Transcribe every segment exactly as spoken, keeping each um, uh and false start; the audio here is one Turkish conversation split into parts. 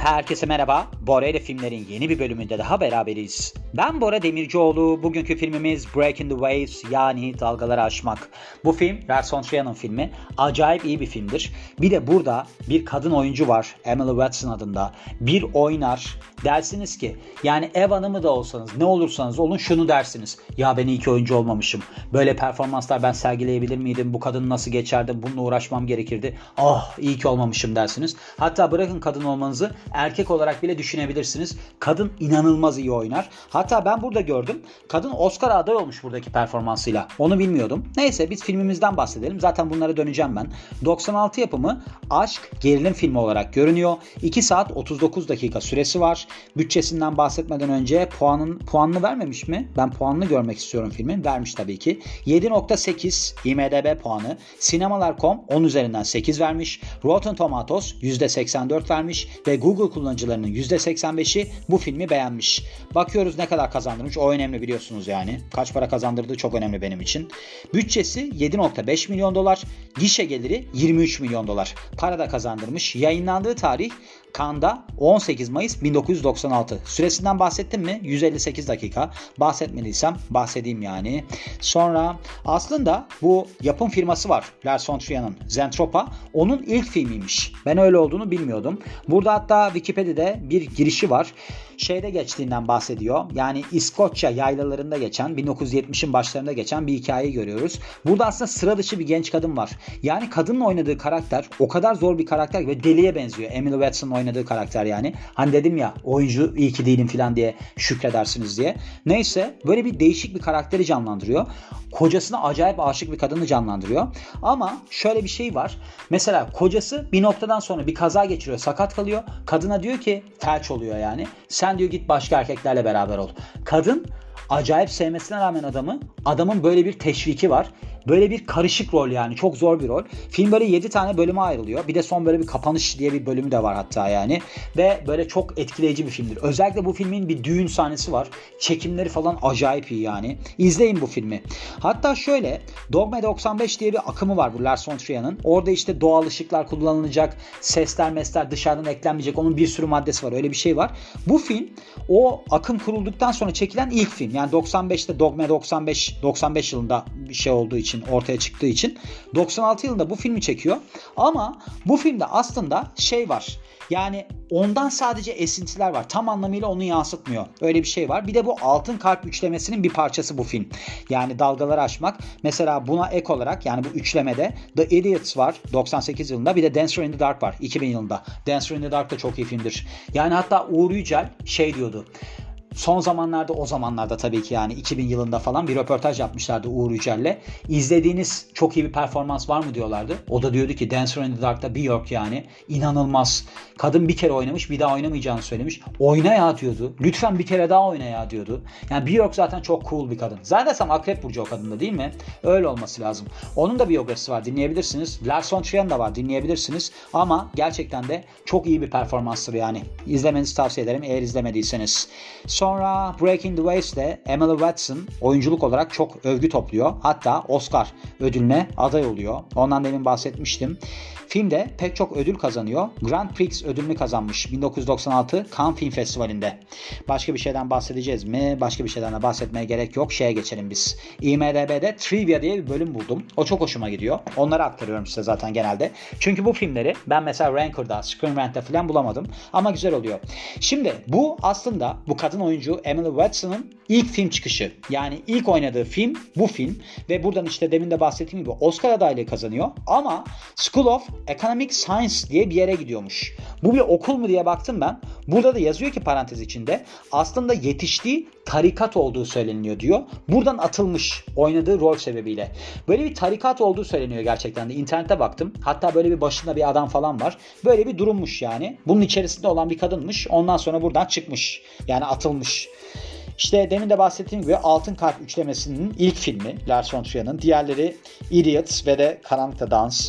Herkese merhaba. Bora ile filmlerin yeni bir bölümünde daha beraberiz. Ben Bora Demircioğlu. Bugünkü filmimiz Breaking the Waves, yani Dalgaları Aşmak. Bu film Lars von Trier'in filmi. Acayip iyi bir filmdir. Bir de burada bir kadın oyuncu var, Emily Watson adında. Bir oynar. Dersiniz ki yani ev hanımı da olsanız, ne olursanız olun şunu dersiniz. Ya ben iyi ki oyuncu olmamışım. Böyle performanslar ben sergileyebilir miydim? Bu kadını nasıl geçerdim? Bununla uğraşmam gerekirdi. Ah, iyi ki olmamışım dersiniz. Hatta bırakın kadın olmanızı, erkek olarak bile düşünebilirsiniz. Kadın inanılmaz iyi oynar. Hatta ben burada gördüm. Kadın Oscar aday olmuş buradaki performansıyla. Onu bilmiyordum. Neyse, biz filmimizden bahsedelim. Zaten bunlara döneceğim ben. doksan altı yapımı aşk gerilim filmi olarak görünüyor. iki saat otuz dokuz dakika süresi var. Bütçesinden bahsetmeden önce puanın puanını vermemiş mi? Ben puanını görmek istiyorum filmin. Vermiş tabii ki. yedi nokta sekiz I M D B puanı. Sinemalar nokta com on üzerinden sekiz vermiş. Rotten Tomatoes yüzde seksen dört vermiş ve Google kullanıcılarının yüzde seksen beşi bu filmi beğenmiş. Bakıyoruz ne kadar kazandırmış. O önemli, biliyorsunuz yani. Kaç para kazandırdığı çok önemli benim için. Bütçesi yedi nokta beş milyon dolar. Gişe geliri yirmi üç milyon dolar. Para da kazandırmış. Yayınlandığı tarih Cannes'da on sekiz Mayıs bin dokuz yüz doksan altı. Süresinden bahsettim mi? yüz elli sekiz dakika. Bahsetmediysem bahsedeyim yani. Sonra aslında bu yapım firması var, Lars von Trier'in, Zentropa. Onun ilk filmiymiş. Ben öyle olduğunu bilmiyordum. Burada hatta Wikipedia'da bir girişi var. Şeyde geçtiğinden bahsediyor. Yani İskoçya yaylalarında geçen, bin dokuz yüz yetmişin başlarında geçen bir hikayeyi görüyoruz. Burada aslında sıra dışı bir genç kadın var. Yani kadının oynadığı karakter o kadar zor bir karakter ve deliye benziyor. Emily Watson'ın oynadığı karakter yani. Hani dedim ya, oyuncu iyi ki değilim falan diye şükredersiniz diye. Neyse, böyle bir değişik bir karakteri canlandırıyor. Kocasına acayip aşık bir kadını canlandırıyor. Ama şöyle bir şey var. Mesela kocası bir noktadan sonra bir kaza geçiriyor, sakat kalıyor. Kadına diyor ki, felç oluyor yani. Sen diyor git başka erkeklerle beraber ol. Kadın acayip sevmesine rağmen adamı, adamın böyle bir teşviki var. Böyle bir karışık rol yani. Çok zor bir rol. Film böyle yedi tane bölüme ayrılıyor. Bir de son böyle bir kapanış diye bir bölümü de var hatta yani. Ve böyle çok etkileyici bir filmdir. Özellikle bu filmin bir düğün sahnesi var. Çekimleri falan acayip iyi yani. İzleyin bu filmi. Hatta şöyle, Dogma doksan beş diye bir akımı var bu Lars von Trier'in. Orada işte doğal ışıklar kullanılacak. Sesler mesler dışarıdan eklenmeyecek. Onun bir sürü maddesi var. Öyle bir şey var. Bu film o akım kurulduktan sonra çekilen ilk film. Yani doksan beşte Dogma doksan beş doksan beş yılında bir şey olduğu için, ortaya çıktığı için doksan altı yılında bu filmi çekiyor. Ama bu filmde aslında şey var. Yani ondan sadece esintiler var. Tam anlamıyla onu yansıtmıyor. Öyle bir şey var. Bir de bu Altın Kalp üçlemesinin bir parçası bu film. Yani Dalgaları Aşmak. Mesela buna ek olarak, yani bu üçlemede The Idiots var doksan sekiz yılında. Bir de Dancer in the Dark var iki bin yılında. Dancer in the Dark da çok iyi filmdir. Yani hatta Uğur Yücel şey diyordu. Son zamanlarda, o zamanlarda tabii ki yani iki bin yılında falan bir röportaj yapmışlardı Uğur Yücel'le. İzlediğiniz çok iyi bir performans var mı diyorlardı. O da diyordu ki Dancer in the Dark'ta bir yok yani. İnanılmaz. Kadın bir kere oynamış, bir daha oynamayacağını söylemiş. Oyna ya diyordu. Lütfen bir kere daha oyna ya diyordu. Yani Björk zaten çok cool bir kadın. Zannedersem Akrep Burcu o kadında, değil mi? Öyle olması lazım. Onun da biyografisi var, dinleyebilirsiniz. Lars von Trier'in de var, dinleyebilirsiniz. Ama gerçekten de çok iyi bir performanstır yani. İzlemenizi tavsiye ederim eğer izlemediyseniz. Sonra Breaking the Waves'de Emily Watson oyunculuk olarak çok övgü topluyor. Hatta Oscar ödülüne aday oluyor. Ondan demin bahsetmiştim. Filmde pek çok ödül kazanıyor. Grand Prix ödülünü kazanmış bin dokuz yüz doksan altı Cannes Film Festivali'nde. Başka bir şeyden bahsedeceğiz mi? Başka bir şeyden de bahsetmeye gerek yok. Şeye geçelim biz. I M D B'de Trivia diye bir bölüm buldum. O çok hoşuma gidiyor. Onları aktarıyorum size zaten genelde. Çünkü bu filmleri ben mesela Ranker'da, Screen Rant'ta falan bulamadım. Ama güzel oluyor. Şimdi bu aslında bu kadın oyuncu Emily Watson'ın ilk film çıkışı. Yani ilk oynadığı film bu film. Ve buradan işte demin de bahsettiğim gibi Oscar adaylığı kazanıyor. Ama School of Economic Science diye bir yere gidiyormuş. Bu bir okul mu diye baktım ben. Burada da yazıyor ki parantez içinde aslında yetiştiği tarikat olduğu söyleniyor diyor. Buradan atılmış oynadığı rol sebebiyle. Böyle bir tarikat olduğu söyleniyor gerçekten de. İnternete baktım. Hatta böyle bir başında bir adam falan var. Böyle bir durummuş yani. Bunun içerisinde olan bir kadınmış. Ondan sonra buradan çıkmış. Yani atılmış. İşte demin de bahsettiğim gibi Altın Kalp üçlemesinin ilk filmi Lars von Trier'in. Diğerleri Idiots ve de Karanlıkta Dans.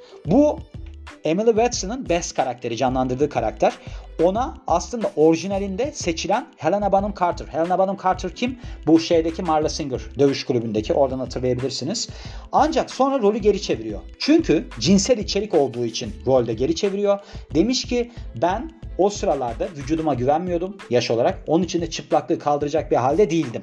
Bu Emily Watson'ın Bess karakteri, canlandırdığı karakter. Ona aslında orijinalinde seçilen Helena Bonham Carter. Helena Bonham Carter kim? Bu şeydeki Marla Singer dövüş kulübündeki, oradan hatırlayabilirsiniz. Ancak sonra rolü geri çeviriyor. Çünkü cinsel içerik olduğu için rolde geri çeviriyor. Demiş ki ben O sıralarda vücuduma güvenmiyordum yaş olarak. Onun için de çıplaklığı kaldıracak bir halde değildim.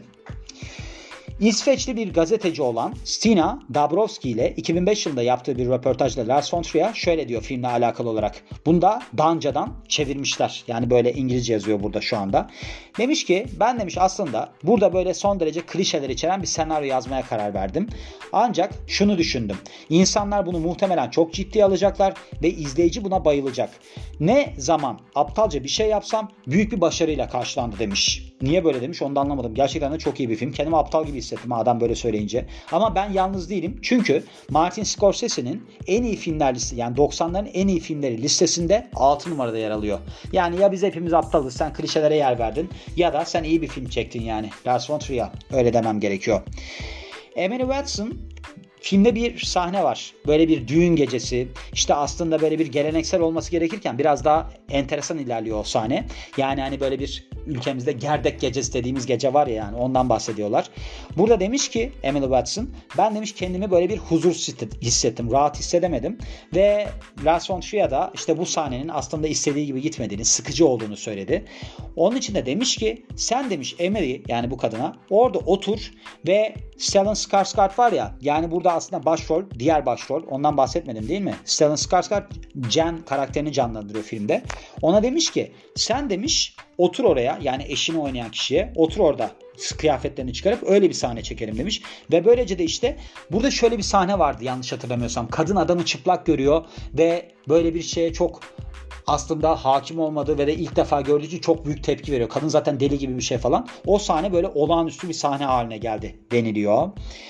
İsveçli bir gazeteci olan Stina Dabrowski ile iki bin beş yılında yaptığı bir röportajda Lars von Trier şöyle diyor filmle alakalı olarak. Bunda Dancadan çevirmişler. Yani böyle İngilizce yazıyor burada şu anda. Demiş ki ben demiş aslında burada böyle son derece klişeler içeren bir senaryo yazmaya karar verdim. Ancak şunu düşündüm. İnsanlar bunu muhtemelen çok ciddiye alacaklar ve izleyici buna bayılacak. Ne zaman aptalca bir şey yapsam büyük bir başarıyla karşılandı demiş. Niye böyle demiş onu da anlamadım. Gerçekten de çok iyi bir film. Kendimi aptal gibi hissettim adam böyle söyleyince. Ama ben yalnız değilim. Çünkü Martin Scorsese'nin en iyi filmler listesi yani doksanların en iyi filmleri listesinde altı numarada yer alıyor. Yani ya biz hepimiz aptalız sen klişelere yer verdin ya da sen iyi bir film çektin yani. Lars von Trier öyle demem gerekiyor. Emily Watson filmde bir sahne var. Böyle bir düğün gecesi. İşte aslında böyle bir geleneksel olması gerekirken biraz daha enteresan ilerliyor o sahne. Yani hani böyle bir ülkemizde gerdek gecesi dediğimiz gece var ya yani ondan bahsediyorlar. Burada demiş ki Emily Watson ben demiş kendimi böyle bir huzur hissettim. Rahat hissedemedim. Ve Lars von Trier da işte bu sahnenin aslında istediği gibi gitmediğini, sıkıcı olduğunu söyledi. Onun için de demiş ki sen demiş Emily yani bu kadına orada otur ve Stellan Skarsgård var ya yani burada aslında başrol, diğer başrol ondan bahsetmedim değil mi? Stellan Skarsgård Jen karakterini canlandırıyor filmde. Ona demiş ki sen demiş otur oraya yani eşini oynayan kişiye otur orada kıyafetlerini çıkarıp öyle bir sahne çekelim demiş. Ve böylece de işte burada şöyle bir sahne vardı yanlış hatırlamıyorsam. Kadın adamı çıplak görüyor ve böyle bir şeye çok aslında hakim olmadığı ve de ilk defa gördüğü için çok büyük tepki veriyor. Kadın zaten deli gibi bir şey falan. O sahne böyle olağanüstü bir sahne haline geldi deniliyor.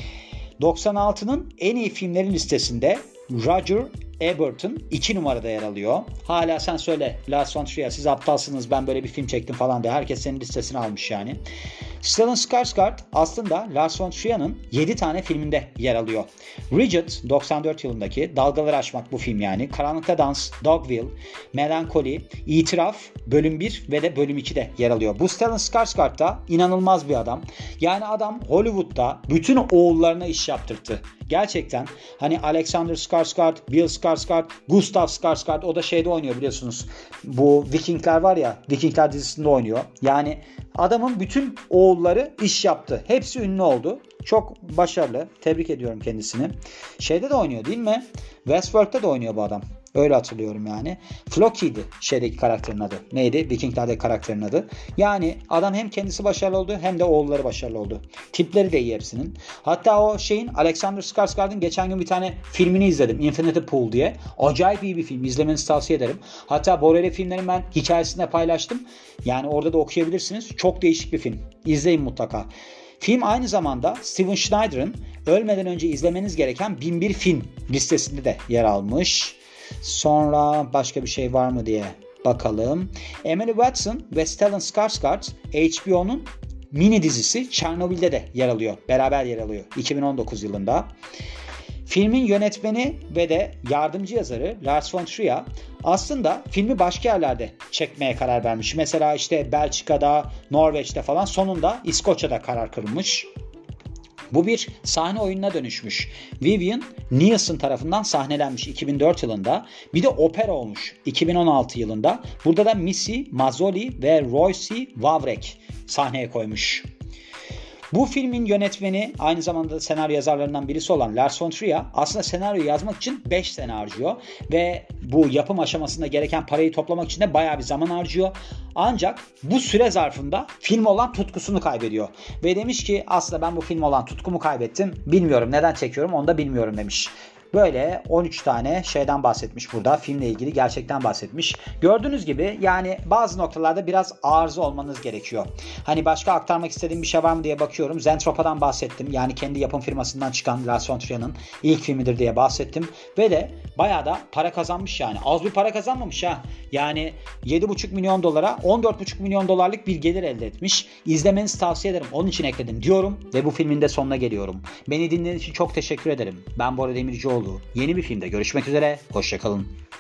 doksan altının en iyi filmlerin listesinde Roger Ebert'ın iki numarada yer alıyor. Hala sen söyle Lars von Trier siz aptalsınız ben böyle bir film çektim falan diye herkes senin listesini almış yani. Stellan Skarsgård aslında Lars von Trier'ın yedi tane filminde yer alıyor. Rigid doksan dört yılındaki Dalgaları Aşmak bu film yani. Karanlıkta Dans, Dogville, Melankoli, İtiraf bölüm bir ve de bölüm ikide yer alıyor. Bu Stellan Skarsgård da inanılmaz bir adam. Yani adam Hollywood'da bütün oğullarına iş yaptırttı. Gerçekten hani Alexander Skarsgård, Bill Skarsgård, Gustav Skarsgård o da şeyde oynuyor biliyorsunuz. Bu Vikingler var ya Vikingler dizisinde oynuyor. Yani adamın bütün oğulları iş yaptı. Hepsi ünlü oldu. Çok başarılı. Tebrik ediyorum kendisini. Şeyde de oynuyor değil mi? Westworld'da da oynuyor bu adam. Öyle hatırlıyorum yani. Floki'ydi şeydeki karakterin adı. Neydi? Vikingler'deki karakterin adı. Yani adam hem kendisi başarılı oldu hem de oğulları başarılı oldu. Tipleri de iyi hepsinin. Hatta o şeyin Alexander Skarsgård'ın geçen gün bir tane filmini izledim. Infinity Pool diye. Acayip iyi bir film. İzlemenizi tavsiye ederim. Hatta Borelli filmlerin ben hikayesini de paylaştım. Yani orada da okuyabilirsiniz. Çok değişik bir film. İzleyin mutlaka. Film aynı zamanda Steven Schneider'ın ölmeden önce izlemeniz gereken bin bir film listesinde de yer almış. Sonra başka bir şey var mı diye bakalım. Emily Watson ve Stellan Skarsgård H B O'nun mini dizisi Chernobyl'de de yer alıyor. Beraber yer alıyor iki bin on dokuz yılında. Filmin yönetmeni ve de yardımcı yazarı Lars von Trier aslında filmi başka yerlerde çekmeye karar vermiş. Mesela işte Belçika'da, Norveç'te falan sonunda İskoçya'da karar kılınmış. Bu bir sahne oyununa dönüşmüş. Vivian Nielsen tarafından sahnelenmiş iki bin dört yılında. Bir de opera olmuş iki bin on altı yılında. Burada da Missy Mazzoli ve Royce Vavrek sahneye koymuş. Bu filmin yönetmeni aynı zamanda da senaryo yazarlarından birisi olan Lars von Trier aslında senaryo yazmak için beş sene harcıyor ve bu yapım aşamasında gereken parayı toplamak için de bayağı bir zaman harcıyor. Ancak bu süre zarfında film olan tutkusunu kaybediyor. Ve demiş ki aslında ben bu film olan tutkumu kaybettim. Bilmiyorum neden çekiyorum onu da bilmiyorum demiş. Böyle on üç tane şeyden bahsetmiş burada. Filmle ilgili gerçekten bahsetmiş. Gördüğünüz gibi yani bazı noktalarda biraz arıza olmanız gerekiyor. Hani başka aktarmak istediğim bir şey var mı diye bakıyorum. Zentropa'dan bahsettim. Yani kendi yapım firmasından çıkan Lars von Trier'ın ilk filmidir diye bahsettim. Ve de bayağı da para kazanmış yani. Az bir para kazanmamış ha. Yani yedi buçuk milyon dolara on dört buçuk milyon dolarlık bir gelir elde etmiş. İzlemenizi tavsiye ederim. Onun için ekledim diyorum ve bu filmin de sonuna geliyorum. Beni dinlediğiniz için çok teşekkür ederim. Ben Bora Demircioğlu. Yeni bir filmde görüşmek üzere. Hoşça kalın.